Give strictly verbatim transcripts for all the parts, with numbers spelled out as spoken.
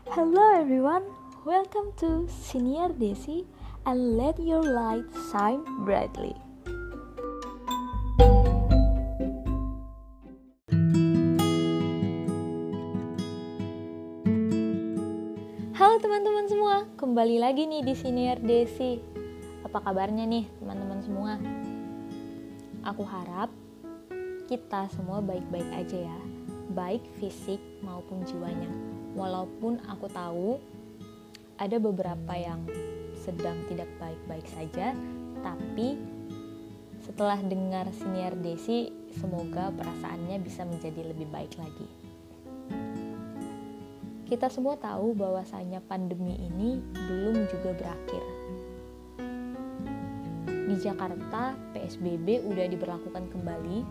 Hello everyone, welcome to Senior Desi and let your light shine brightly. Halo teman-teman semua, kembali lagi nih di Senior Desi. Apa kabarnya nih teman-teman semua? Aku harap kita semua baik-baik aja ya, baik fisik maupun jiwanya. Walaupun aku tahu ada beberapa yang sedang tidak baik-baik saja, tapi setelah dengar Senior Desi, semoga perasaannya bisa menjadi lebih baik lagi. Kita semua tahu bahwasanya pandemi ini belum juga berakhir. Di Jakarta, P S B B udah diberlakukan kembali,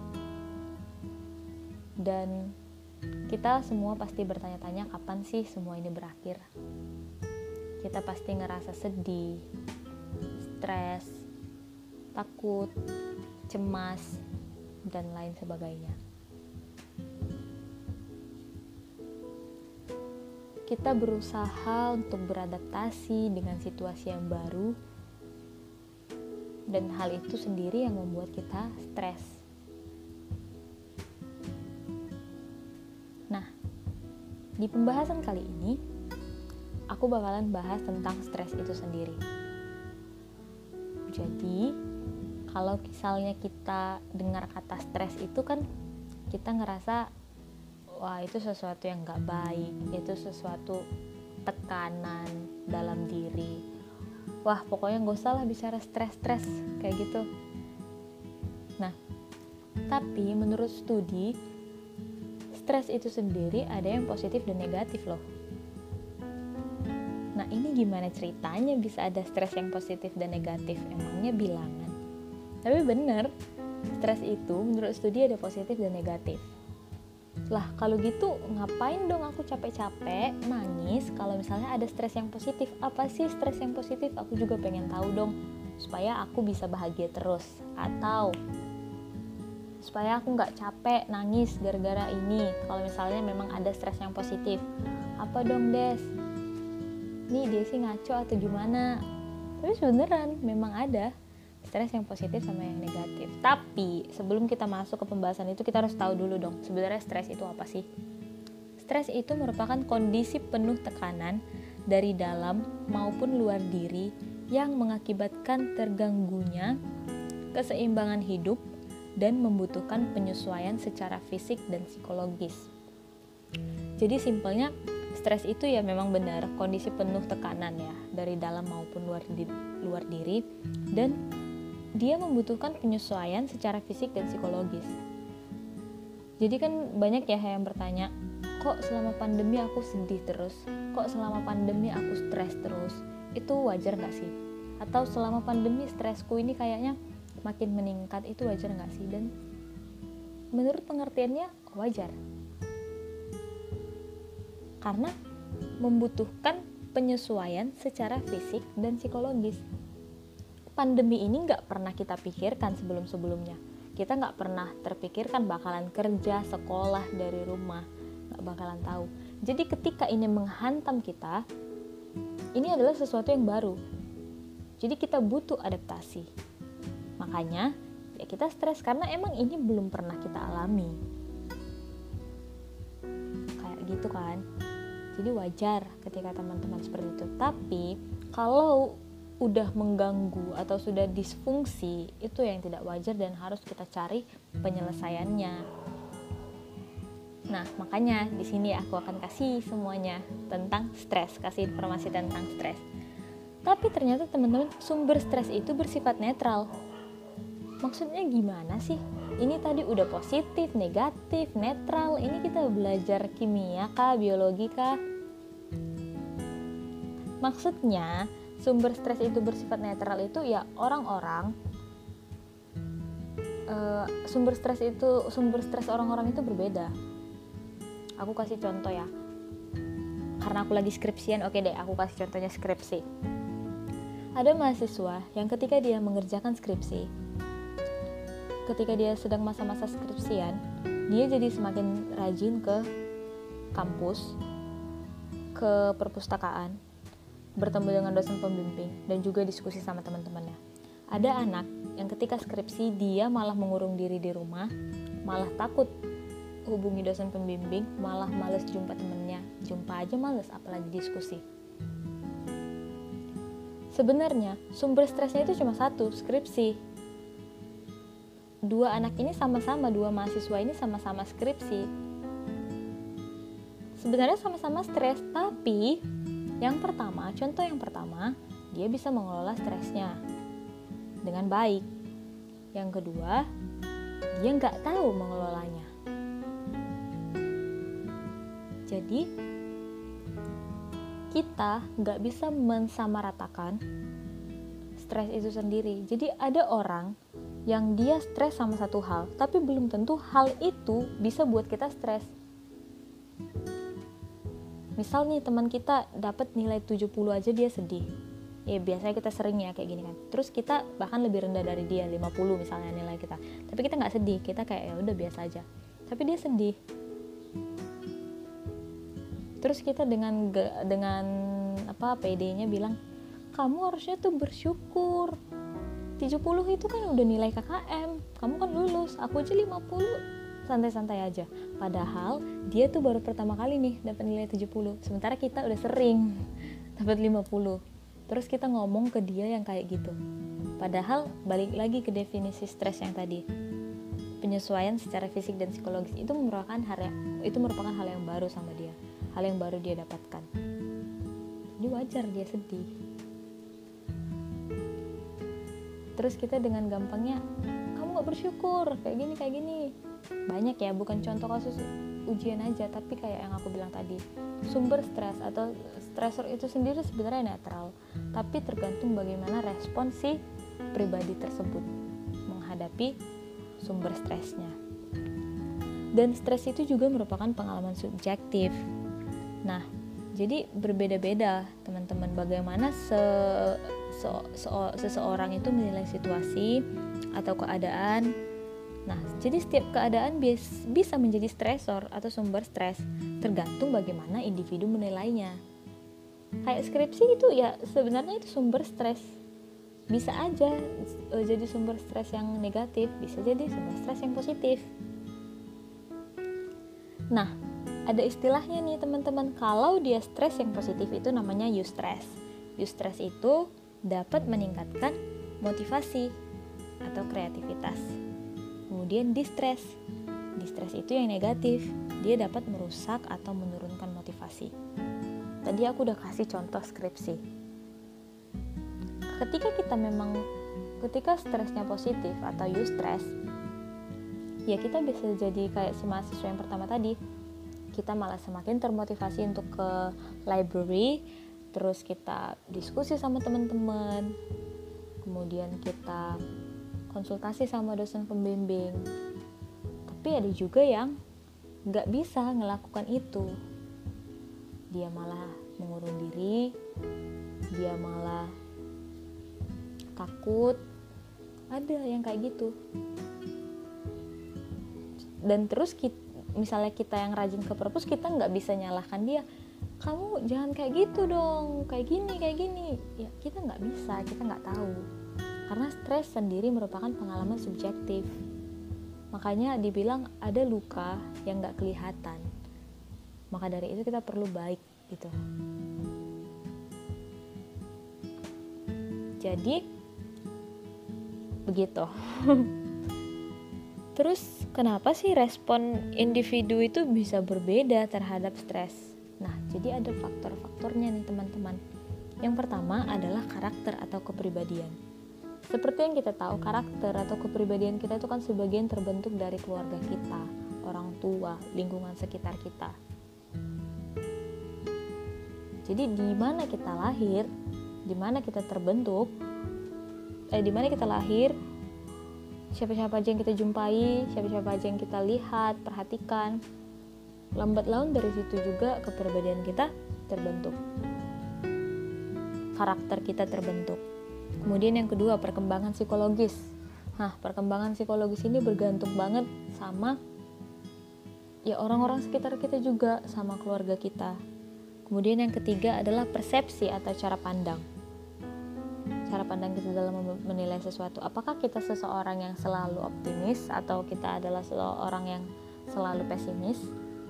dan kita semua pasti bertanya-tanya kapan sih semua ini berakhir. Kita pasti ngerasa sedih, stres, takut, cemas, dan lain sebagainya. Kita berusaha untuk beradaptasi dengan situasi yang baru, dan hal itu sendiri yang membuat kita stres. Nah, di pembahasan kali ini, aku bakalan bahas tentang stres itu sendiri. Jadi, kalau misalnya kita dengar kata stres itu kan, kita ngerasa, wah itu sesuatu yang gak baik, itu sesuatu tekanan dalam diri. Wah pokoknya gak usah lah bicara stres-stres kayak gitu. Nah, tapi menurut studi, stres itu sendiri ada yang positif dan negatif loh. Nah ini gimana ceritanya bisa ada stres yang positif dan negatif? Emangnya bilangan? Tapi bener, stres itu menurut studi ada positif dan negatif. Lah kalau gitu ngapain dong aku capek-capek nangis kalau misalnya ada stres yang positif? Apa sih stres yang positif? Aku juga pengen tahu dong, supaya aku bisa bahagia terus. Atau supaya aku gak capek nangis gara-gara ini. Kalau misalnya memang ada stres yang positif, apa dong Des? Nih Desi ngaco atau gimana? Tapi beneran memang ada stres yang positif sama yang negatif. Tapi sebelum kita masuk ke pembahasan itu, kita harus tahu dulu dong sebenarnya stres itu apa sih? Stres itu merupakan kondisi penuh tekanan dari dalam maupun luar diri yang mengakibatkan terganggunya keseimbangan hidup dan membutuhkan penyesuaian secara fisik dan psikologis. Jadi simpelnya, stres itu ya memang benar kondisi penuh tekanan ya, dari dalam maupun luar, di, luar diri, dan dia membutuhkan penyesuaian secara fisik dan psikologis. Jadi kan banyak ya yang bertanya, kok selama pandemi aku sedih terus? Kok selama pandemi aku stres terus? Itu wajar gak sih? Atau selama pandemi stresku ini kayaknya makin meningkat, itu wajar gak sih? Dan menurut pengertiannya wajar, karena membutuhkan penyesuaian secara fisik dan psikologis. Pandemi ini gak pernah kita pikirkan sebelum-sebelumnya. Kita gak pernah terpikirkan bakalan kerja, sekolah dari rumah, gak bakalan tahu. Jadi ketika ini menghantam kita, ini adalah sesuatu yang baru. Jadi kita butuh adaptasi. Makanya ya kita stres karena emang ini belum pernah kita alami. Kayak gitu kan. Jadi wajar ketika teman-teman seperti itu. Tapi kalau udah mengganggu atau sudah disfungsi, itu yang tidak wajar dan harus kita cari penyelesaiannya. Nah, makanya di sini aku akan kasih semuanya tentang stres, kasih informasi tentang stres. Tapi ternyata teman-teman, sumber stres itu bersifat netral. Maksudnya gimana sih? Ini tadi udah positif, negatif, netral. Ini kita belajar kimia kah, biologi kah? Maksudnya sumber stres itu bersifat netral itu ya orang-orang uh, sumber stres itu sumber stres orang-orang itu berbeda. Aku kasih contoh ya. Karena aku lagi skripsian, oke deh, aku kasih contohnya skripsi. Ada mahasiswa yang ketika dia mengerjakan skripsi, ketika dia sedang masa-masa skripsian, dia jadi semakin rajin ke kampus, ke perpustakaan, bertemu dengan dosen pembimbing, dan juga diskusi sama teman-temannya. Ada anak yang ketika skripsi dia malah mengurung diri di rumah, malah takut hubungi dosen pembimbing, malah males jumpa temennya, jumpa aja males, apalagi diskusi. Sebenarnya sumber stresnya itu cuma satu, skripsi. Dua anak ini sama-sama, dua mahasiswa ini sama-sama skripsi. Sebenarnya sama-sama stres, tapi yang pertama, contoh yang pertama, dia bisa mengelola stresnya dengan baik. Yang kedua, dia nggak tahu mengelolanya. Jadi, kita nggak bisa mensamaratakan stres itu sendiri. Jadi ada orang yang dia stres sama satu hal, tapi belum tentu hal itu bisa buat kita stres. Misal nih teman kita dapat nilai tujuh puluh aja dia sedih. Ya biasanya kita sering ya kayak gini kan. Terus kita bahkan lebih rendah dari dia, lima puluh misalnya nilai kita. Tapi kita nggak sedih, kita kayak ya udah biasa aja. Tapi dia sedih. Terus kita dengan dengan apa P D-nya bilang, "Kamu harusnya tuh bersyukur. tujuh puluh itu kan udah nilai K K M. Kamu kan lulus, aku aja lima puluh." Santai-santai aja. Padahal dia tuh baru pertama kali nih dapat nilai tujuh puluh. Sementara kita udah sering dapat lima puluh. Terus kita ngomong ke dia yang kayak gitu. Padahal balik lagi ke definisi stres yang tadi. Penyesuaian secara fisik dan psikologis itu merupakan hal yang, itu merupakan hal yang baru sama dia. Hal yang baru dia dapatkan. Jadi wajar dia sedih. Terus kita dengan gampangnya, kamu gak bersyukur, kayak gini, kayak gini. Banyak ya, bukan contoh kasus ujian aja, tapi kayak yang aku bilang tadi, sumber stres atau stresor itu sendiri sebenarnya netral, tapi tergantung bagaimana respon si pribadi tersebut menghadapi sumber stresnya. Dan stres itu juga merupakan pengalaman subjektif. Nah, jadi berbeda-beda teman-teman bagaimana se, se, se, seseorang itu menilai situasi atau keadaan. Nah, jadi setiap keadaan bis, bisa menjadi stresor atau sumber stres, tergantung bagaimana individu menilainya. Kayak skripsi itu ya sebenarnya itu sumber stres. Bisa aja e, jadi sumber stres yang negatif, bisa jadi sumber stres yang positif. Nah, ada istilahnya nih teman-teman, kalau dia stres yang positif itu namanya eustress. Eustress itu dapat meningkatkan motivasi atau kreativitas. Kemudian distress. Distress itu yang negatif, dia dapat merusak atau menurunkan motivasi. Tadi aku udah kasih contoh skripsi. Ketika kita memang, ketika stresnya positif atau eustress, ya kita bisa jadi kayak si mahasiswa yang pertama tadi. Kita malah semakin termotivasi untuk ke library, terus kita diskusi sama teman-teman, kemudian kita konsultasi sama dosen pembimbing. Tapi ada juga yang gak bisa ngelakukan itu. Dia malah mengurung diri, dia malah takut. Ada yang kayak gitu. Dan terus kita, misalnya kita yang rajin ke perpus, kita gak bisa nyalahkan dia, kamu jangan kayak gitu dong, kayak gini, kayak gini. Ya kita gak bisa, kita gak tahu. Karena stres sendiri merupakan pengalaman subjektif. Makanya dibilang ada luka yang gak kelihatan. Maka dari itu kita perlu baik gitu. Jadi begitu. Terus kenapa sih respon individu itu bisa berbeda terhadap stres? Nah, jadi ada faktor-faktornya nih teman-teman. Yang pertama adalah karakter atau kepribadian. Seperti yang kita tahu, karakter atau kepribadian kita itu kan sebagian terbentuk dari keluarga kita, orang tua, lingkungan sekitar kita. Jadi di mana kita lahir, di mana kita terbentuk, eh di mana kita lahir, siapa-siapa aja yang kita jumpai, siapa-siapa aja yang kita lihat, perhatikan, lambat laun dari situ juga kepribadian kita terbentuk, karakter kita terbentuk. Kemudian yang kedua, perkembangan psikologis. Nah, perkembangan psikologis ini bergantung banget sama ya orang-orang sekitar kita juga, sama keluarga kita. Kemudian yang ketiga adalah persepsi atau cara pandang. Cara pandang kita dalam menilai sesuatu. Apakah kita seseorang yang selalu optimis atau kita adalah seseorang yang selalu pesimis?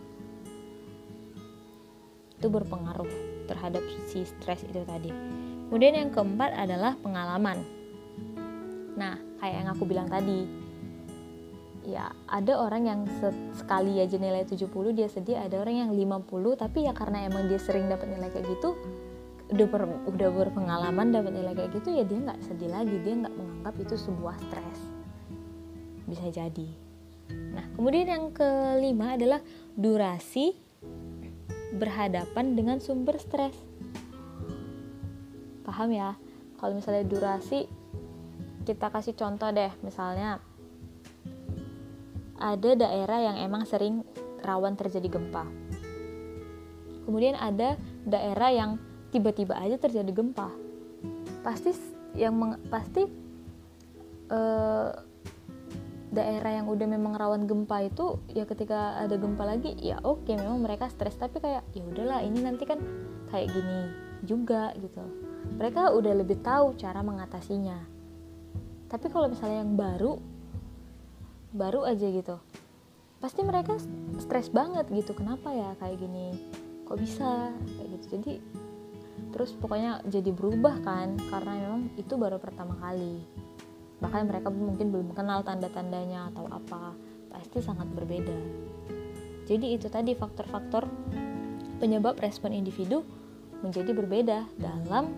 Itu berpengaruh terhadap si stres itu tadi. Kemudian yang keempat adalah pengalaman. Nah, kayak yang aku bilang tadi, ya ada orang yang sekali aja nilai tujuh puluh dia sedih, ada orang yang lima puluh tapi ya karena emang dia sering dapat nilai kayak gitu, udah ber, udah berpengalaman dapat nilai kayak gitu, ya dia nggak sedih lagi, dia nggak menganggap itu sebuah stres. Bisa jadi. Nah, kemudian yang kelima adalah durasi berhadapan dengan sumber stres. Paham ya? Kalau misalnya durasi, kita kasih contoh deh, misalnya ada daerah yang emang sering rawan terjadi gempa. Kemudian ada daerah yang tiba-tiba aja terjadi gempa. Pasti yang meng, pasti eh, daerah yang udah memang rawan gempa itu ya ketika ada gempa lagi ya oke, okay, memang mereka stres, tapi kayak ya udahlah ini nanti kan kayak gini juga gitu. Mereka udah lebih tahu cara mengatasinya. Tapi kalau misalnya yang baru baru aja gitu, pasti mereka stres banget gitu. Kenapa ya kayak gini? Kok bisa kayak gitu? Jadi terus pokoknya jadi berubah kan, karena memang itu baru pertama kali. Bahkan mereka mungkin belum kenal tanda-tandanya atau apa. Pasti sangat berbeda. Jadi itu tadi faktor-faktor penyebab respon individu menjadi berbeda dalam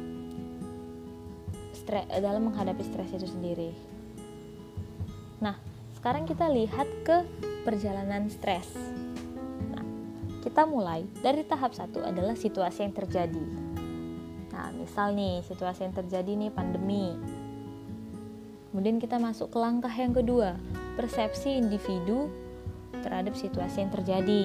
stres, dalam menghadapi stres itu sendiri. Nah, sekarang kita lihat ke perjalanan stres. Nah, kita mulai dari tahap satu adalah situasi yang terjadi. Nah, misal nih situasi yang terjadi nih pandemi. Kemudian kita masuk ke langkah yang kedua, persepsi individu terhadap situasi yang terjadi.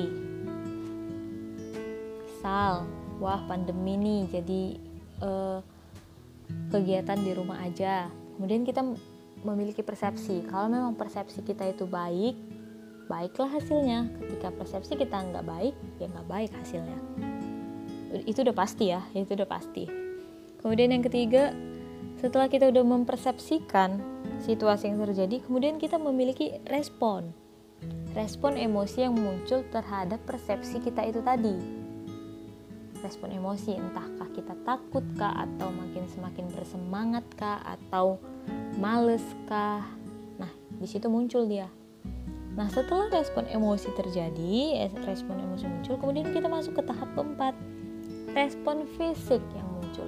Misal, wah pandemi nih jadi eh, kegiatan di rumah aja. Kemudian kita memiliki persepsi, kalau memang persepsi kita itu baik, baiklah hasilnya. Ketika persepsi kita nggak baik, ya nggak baik hasilnya. Itu udah pasti ya, itu udah pasti. Kemudian yang ketiga, setelah kita udah mempersepsikan situasi yang terjadi, kemudian kita memiliki respon. Respon emosi yang muncul terhadap persepsi kita itu tadi. Respon emosi, entahkah kita takut kah, atau makin semakin bersemangat kah, atau males kah. Nah, di situ muncul dia. Nah, setelah respon emosi terjadi, respon emosi muncul, kemudian kita masuk ke tahap keempat, respon fisik yang muncul.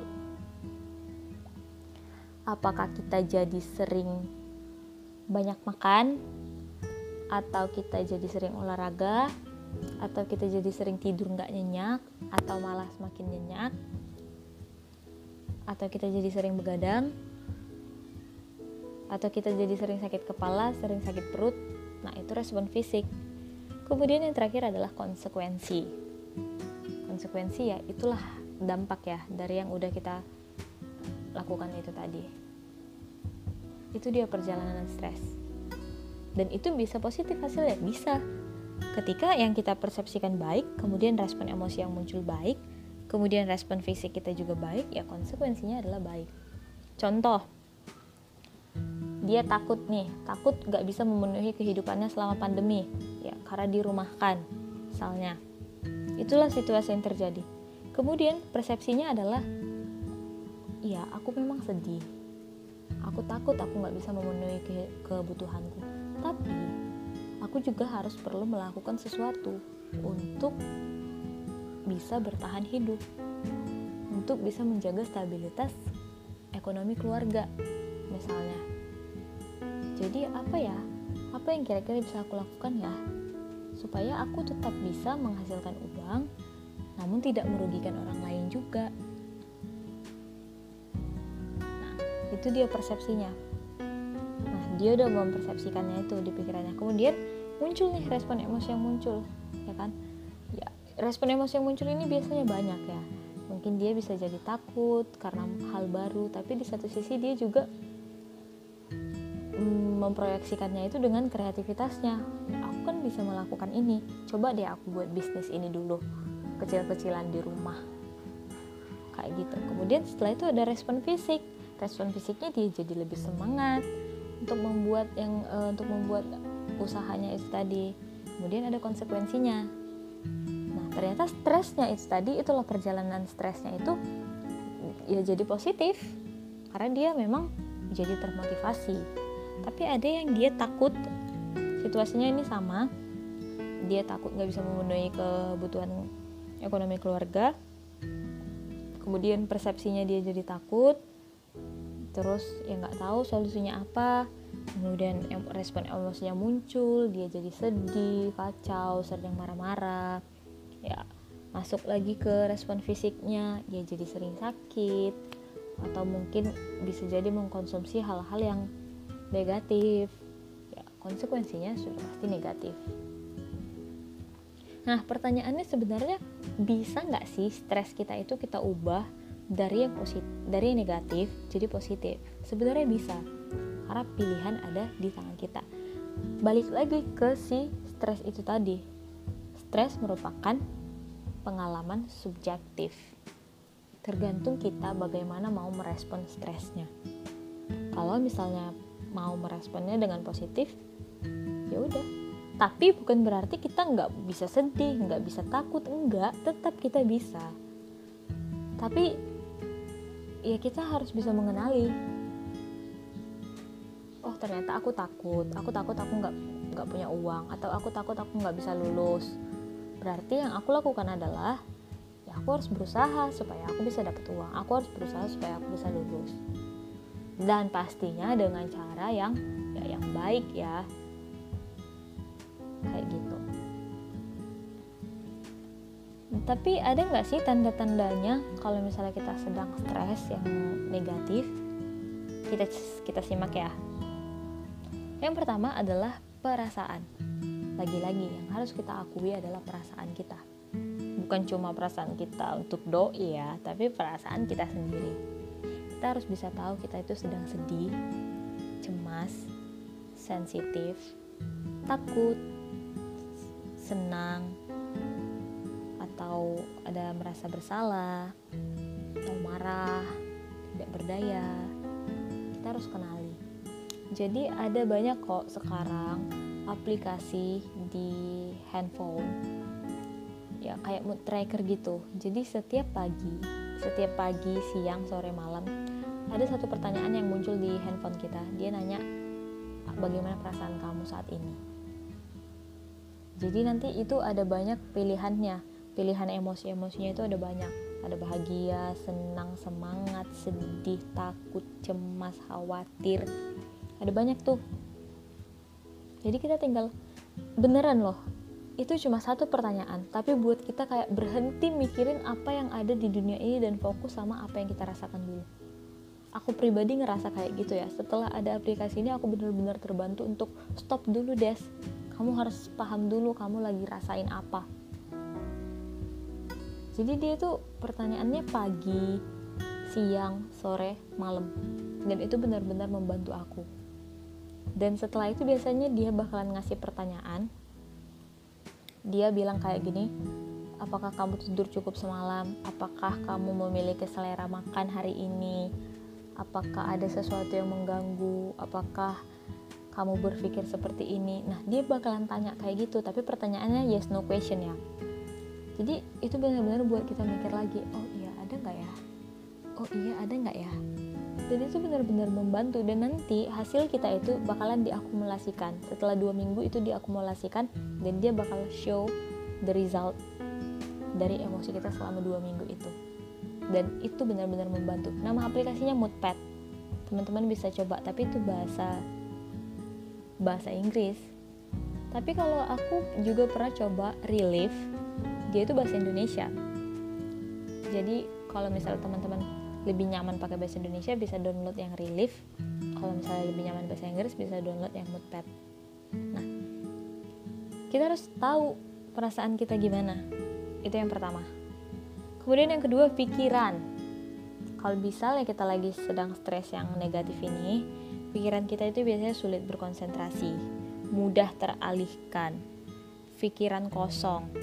Apakah kita jadi sering banyak makan, atau kita jadi sering olahraga, atau kita jadi sering tidur nggak nyenyak, atau malah semakin nyenyak, atau kita jadi sering begadang, atau kita jadi sering sakit kepala, sering sakit perut. Nah, itu respon fisik. Kemudian yang terakhir adalah konsekuensi. Konsekuensi ya itulah dampak ya dari yang udah kita lakukan itu tadi. Itu dia perjalanan stres. Dan itu bisa positif hasilnya, bisa. Ketika yang kita persepsikan baik, kemudian respon emosi yang muncul baik, kemudian respon fisik kita juga baik, ya konsekuensinya adalah baik. Contoh, dia takut nih, takut gak bisa memenuhi kehidupannya selama pandemi, ya karena dirumahkan misalnya. Itulah situasi yang terjadi. Kemudian persepsinya adalah, ya aku memang sedih, aku takut aku gak bisa memenuhi ke- kebutuhanku, tapi aku juga harus perlu melakukan sesuatu untuk bisa bertahan hidup, untuk bisa menjaga stabilitas ekonomi keluarga misalnya. Jadi apa ya, apa yang kira-kira bisa aku lakukan ya supaya aku tetap bisa menghasilkan uang namun tidak merugikan orang lain juga. Nah, itu dia persepsinya. Nah, dia udah mempersepsikannya itu di pikirannya. Kemudian muncul nih respon emosi yang muncul, ya kan? Ya, respon emosi yang muncul ini biasanya banyak ya. Mungkin dia bisa jadi takut karena hal baru, tapi di satu sisi dia juga mm, memproyeksikannya itu dengan kreativitasnya. Ya, aku kan bisa melakukan ini. Coba deh aku buat bisnis ini dulu. kecil-kecilan di rumah kayak gitu. Kemudian setelah itu ada respon fisik. Respon fisiknya dia jadi lebih semangat untuk membuat yang uh, untuk membuat usahanya itu tadi. Kemudian ada konsekuensinya. Nah, ternyata stresnya itu tadi, itulah perjalanan stresnya itu ya jadi positif karena dia memang jadi termotivasi. Tapi ada yang dia takut, situasinya ini sama, dia takut nggak bisa memenuhi kebutuhan ekonomi keluarga, kemudian persepsinya dia jadi takut, terus ya nggak tahu solusinya apa, kemudian respon emosinya muncul, dia jadi sedih, kacau, sering marah-marah, ya masuk lagi ke respon fisiknya, dia jadi sering sakit, atau mungkin bisa jadi mengkonsumsi hal-hal yang negatif, ya konsekuensinya sudah pasti negatif. Nah, pertanyaannya sebenarnya bisa nggak sih stres kita itu kita ubah dari yang positif, dari yang negatif jadi positif? Sebenarnya bisa, karena pilihan ada di tangan kita. Balik lagi ke si stres itu tadi. Stres merupakan pengalaman subjektif. Tergantung kita bagaimana mau merespon stresnya. Kalau misalnya mau meresponnya dengan positif, ya udah. Tapi bukan berarti kita nggak bisa sedih, nggak bisa takut, enggak, tetap kita bisa. Tapi ya kita harus bisa mengenali, oh ternyata aku takut, aku takut aku nggak nggak punya uang, atau aku takut aku nggak bisa lulus. Berarti yang aku lakukan adalah, ya aku harus berusaha supaya aku bisa dapat uang, aku harus berusaha supaya aku bisa lulus. Dan pastinya dengan cara yang ya yang baik ya. Kayak gitu. Tapi ada nggak sih tanda-tandanya kalau misalnya kita sedang stres yang negatif? Kita kita simak ya. Yang pertama adalah perasaan. Lagi-lagi yang harus kita akui adalah perasaan kita. Bukan cuma perasaan kita untuk doi ya, tapi perasaan kita sendiri. Kita harus bisa tahu kita itu sedang sedih, cemas, sensitif, takut, senang, atau ada merasa bersalah, atau marah, tidak berdaya. Kita harus kenali. Jadi ada banyak kok sekarang aplikasi di handphone, ya kayak mood tracker gitu. Jadi setiap pagi, setiap pagi, siang, sore, malam, ada satu pertanyaan yang muncul di handphone kita. Dia nanya, bagaimana perasaan kamu saat ini? Jadi nanti itu ada banyak pilihannya, pilihan emosi-emosinya itu ada banyak. Ada bahagia, senang, semangat, sedih, takut, cemas, khawatir. Ada banyak tuh. Jadi kita tinggal, beneran loh, itu cuma satu pertanyaan, tapi buat kita kayak berhenti mikirin apa yang ada di dunia ini dan fokus sama apa yang kita rasakan dulu. Aku pribadi ngerasa kayak gitu ya. Setelah ada aplikasi ini aku benar-benar terbantu untuk stop dulu, Des. Kamu harus paham dulu kamu lagi rasain apa. Jadi dia tuh pertanyaannya pagi, siang, sore, malam. Dan itu benar-benar membantu aku. Dan setelah itu biasanya dia bakalan ngasih pertanyaan. Dia bilang kayak gini, apakah kamu tidur cukup semalam? Apakah kamu memiliki selera makan hari ini? Apakah ada sesuatu yang mengganggu? Apakah kamu berpikir seperti ini? Nah, dia bakalan tanya kayak gitu, tapi pertanyaannya yes no question ya. Jadi itu benar-benar buat kita mikir lagi, oh iya ada nggak ya? Oh iya ada nggak ya? Dan itu benar-benar membantu. Dan nanti hasil kita itu bakalan diakumulasikan. Setelah dua minggu itu diakumulasikan dan dia bakal show the result dari emosi kita selama dua minggu itu. Dan itu benar-benar membantu. Nama aplikasinya Moodpad. Teman-teman bisa coba, tapi itu bahasa bahasa Inggris. Tapi kalau aku juga pernah coba Relief, dia itu bahasa Indonesia. Jadi kalau misalnya teman-teman lebih nyaman pakai bahasa Indonesia bisa download yang Relief. Kalau misalnya lebih nyaman bahasa Inggris bisa download yang Moodpad. Nah, kita harus tahu perasaan kita gimana. Itu yang pertama. Kemudian yang kedua, pikiran. Kalau misalnya kita lagi sedang stres yang negatif ini, pikiran kita itu biasanya sulit berkonsentrasi, mudah teralihkan, pikiran kosong,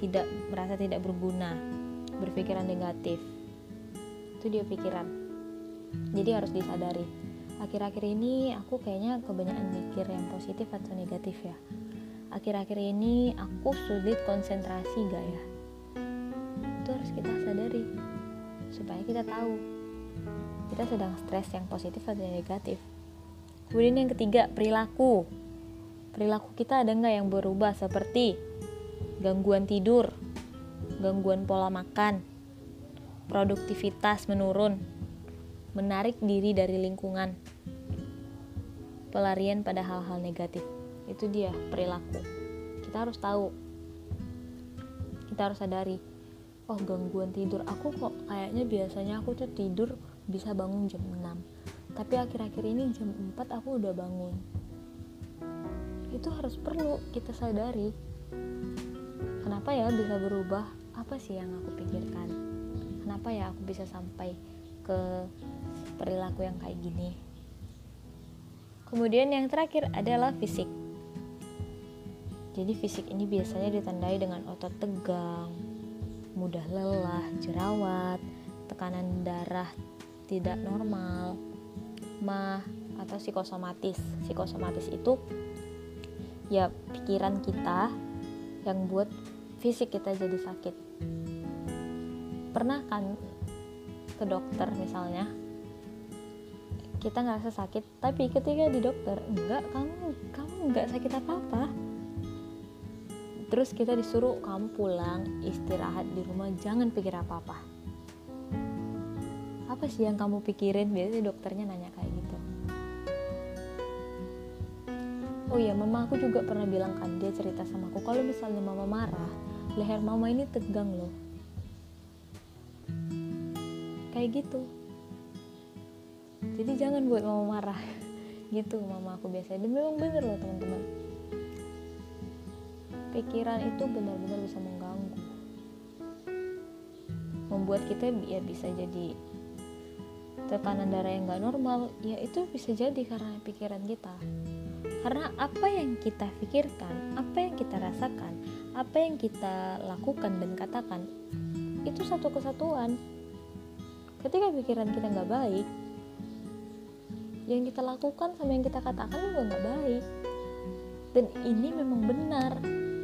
tidak merasa tidak berguna, berpikiran negatif. Itu dia pikiran. Jadi harus disadari. Akhir-akhir ini aku kayaknya kebanyakan mikir yang positif atau negatif ya. Akhir-akhir ini aku sulit konsentrasi gak ya? Itu harus kita sadari supaya kita tahu kita sedang stres yang positif atau yang negatif. Kemudian yang ketiga, perilaku. Perilaku kita ada nggak yang berubah, seperti gangguan tidur, gangguan pola makan, produktivitas menurun, menarik diri dari lingkungan, pelarian pada hal-hal negatif. Itu dia perilaku. Kita harus tahu, kita harus sadari, oh gangguan tidur, aku kok kayaknya biasanya aku tuh tidur bisa bangun jam enam, tapi akhir-akhir ini jam empat aku udah bangun. Itu harus perlu kita sadari, kenapa ya bisa berubah, apa sih yang aku pikirkan, kenapa ya aku bisa sampai ke perilaku yang kayak gini. Kemudian yang terakhir adalah fisik. Jadi fisik ini biasanya ditandai dengan otot tegang, mudah lelah, jerawat, tekanan darah tidak normal, mah atau psikosomatis. Psikosomatis itu ya pikiran kita yang buat fisik kita jadi sakit. Pernah kan ke dokter misalnya, kita ngerasa sakit, tapi ketika di dokter, enggak, kamu kamu enggak sakit apa-apa. Terus kita disuruh kamu pulang, istirahat di rumah, jangan pikir apa-apa. Apa sih yang kamu pikirin? Biasanya dokternya nanya kayak gitu. Oh iya, mama aku juga pernah bilang kan, dia cerita sama aku, kalau misalnya mama marah, leher mama ini tegang loh. Kayak gitu. Jadi jangan buat mama marah. Gitu mama aku biasanya. Dan memang bener loh teman-teman. Pikiran itu benar-benar bisa mengganggu. Membuat kita ya bisa jadi tekanan darah yang gak normal. Ya itu bisa jadi karena pikiran kita. Karena apa yang kita pikirkan, apa yang kita rasakan, apa yang kita lakukan dan katakan, itu satu kesatuan. Ketika pikiran kita gak baik, yang kita lakukan sama yang kita katakan juga gak baik. Dan ini memang benar.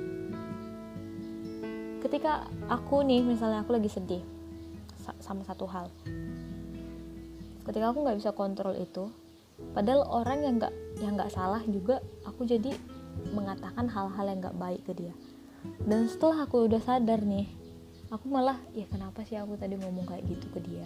Ketika aku nih, misalnya aku lagi sedih sama satu hal, ketika aku gak bisa kontrol itu, padahal orang yang gak, yang gak salah juga, aku jadi mengatakan hal-hal yang gak baik ke dia. Dan setelah aku udah sadar nih, aku malah, ya kenapa sih aku tadi ngomong kayak gitu ke dia.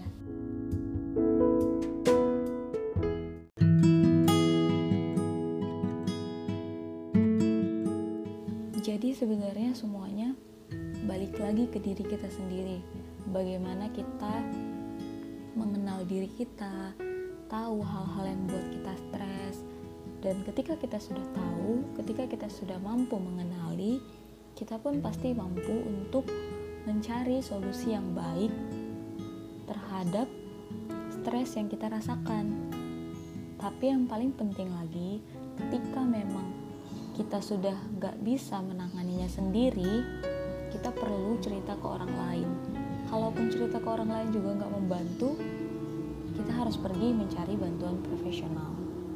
Jadi sebenarnya semuanya balik lagi ke diri kita sendiri. Bagaimana kita mengenal diri kita, tahu hal-hal yang buat kita stres. Dan ketika kita sudah tahu, ketika kita sudah mampu mengenali, kita pun pasti mampu untuk mencari solusi yang baik terhadap stres yang kita rasakan. Tapi yang paling penting lagi, ketika memang kita sudah gak bisa menanganinya sendiri, kita perlu cerita ke orang lain. Kalaupun cerita ke orang lain juga gak membantu, kita harus pergi mencari bantuan profesional.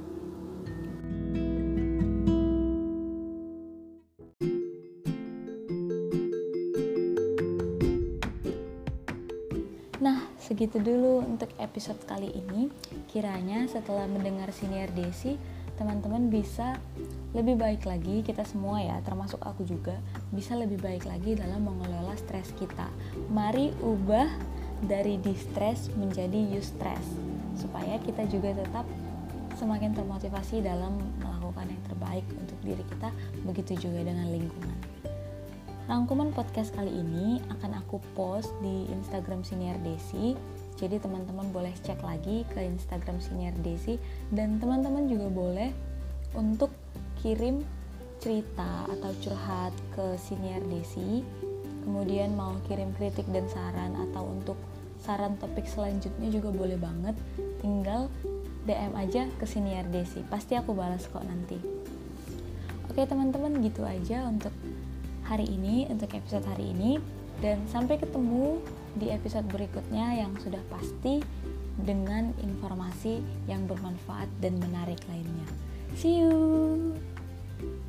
Nah, segitu dulu untuk episode kali ini. Kiranya setelah mendengar Siniar Desi, teman-teman bisa lebih baik lagi, kita semua ya, termasuk aku juga, bisa lebih baik lagi dalam mengelola stres kita. Mari ubah dari distress menjadi eustress, supaya kita juga tetap semakin termotivasi dalam melakukan yang terbaik untuk diri kita, begitu juga dengan lingkungan. Rangkuman podcast kali ini akan aku post di Instagram Siniar Desi. Jadi teman-teman boleh cek lagi ke Instagram Siniar Desi, dan teman-teman juga boleh untuk kirim cerita atau curhat ke Siniar Desi. Kemudian mau kirim kritik dan saran atau untuk saran topik selanjutnya juga boleh banget. Tinggal D M aja ke Siniar Desi. Pasti aku balas kok nanti. Oke teman-teman, gitu aja untuk hari ini, untuk episode hari ini. Dan sampai ketemu di episode berikutnya yang sudah pasti dengan informasi yang bermanfaat dan menarik lainnya. See you!